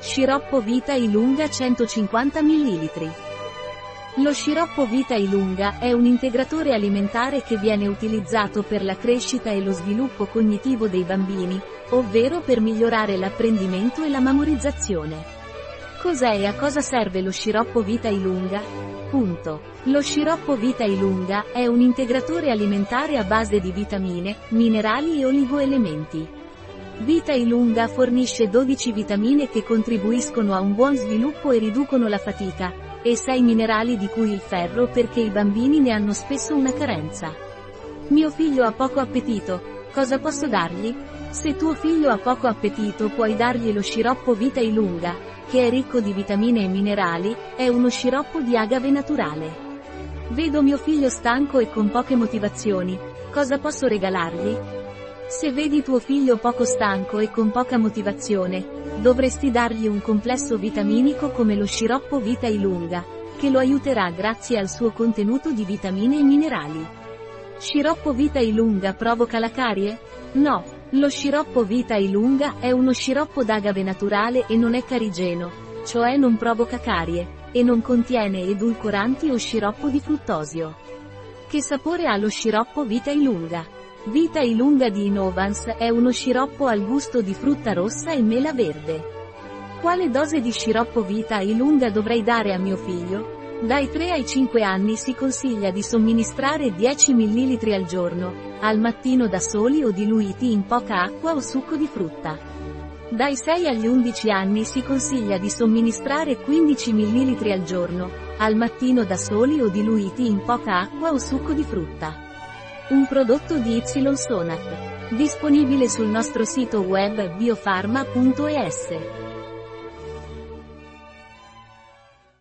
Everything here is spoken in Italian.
Sciroppo Vita Ilunga 150 ml. Lo sciroppo Vita Ilunga è un integratore alimentare che viene utilizzato per la crescita e lo sviluppo cognitivo dei bambini, ovvero per migliorare l'apprendimento e la memorizzazione. Cos'è e a cosa serve lo sciroppo Vita Ilunga? Lo sciroppo Vita Ilunga è un integratore alimentare a base di vitamine, minerali e oligoelementi. Vita Ilunga fornisce 12 vitamine che contribuiscono a un buon sviluppo e riducono la fatica, e 6 minerali di cui il ferro perché i bambini ne hanno spesso una carenza. Mio figlio ha poco appetito, cosa posso dargli? Se tuo figlio ha poco appetito puoi dargli lo sciroppo Vita Ilunga, che è ricco di vitamine e minerali, è uno sciroppo di agave naturale. Vedo mio figlio stanco e con poche motivazioni, cosa posso regalargli? Se vedi tuo figlio poco stanco e con poca motivazione, dovresti dargli un complesso vitaminico come lo sciroppo Vita Ilunga, che lo aiuterà grazie al suo contenuto di vitamine e minerali. Sciroppo Vita Ilunga provoca la carie? No, lo sciroppo Vita Ilunga è uno sciroppo d'agave naturale e non è carigeno, cioè non provoca carie, e non contiene edulcoranti o sciroppo di fruttosio. Che sapore ha lo sciroppo Vita Ilunga? Vita Ilunga di Innovans è uno sciroppo al gusto di frutta rossa e mela verde. Quale dose di sciroppo Vita Ilunga dovrei dare a mio figlio? Dai 3 ai 5 anni si consiglia di somministrare 10 ml al giorno, al mattino da soli o diluiti in poca acqua o succo di frutta. Dai 6 agli 11 anni si consiglia di somministrare 15 ml al giorno, al mattino da soli o diluiti in poca acqua o succo di frutta. Un prodotto di Ysonat. Disponibile sul nostro sito web biofarma.es.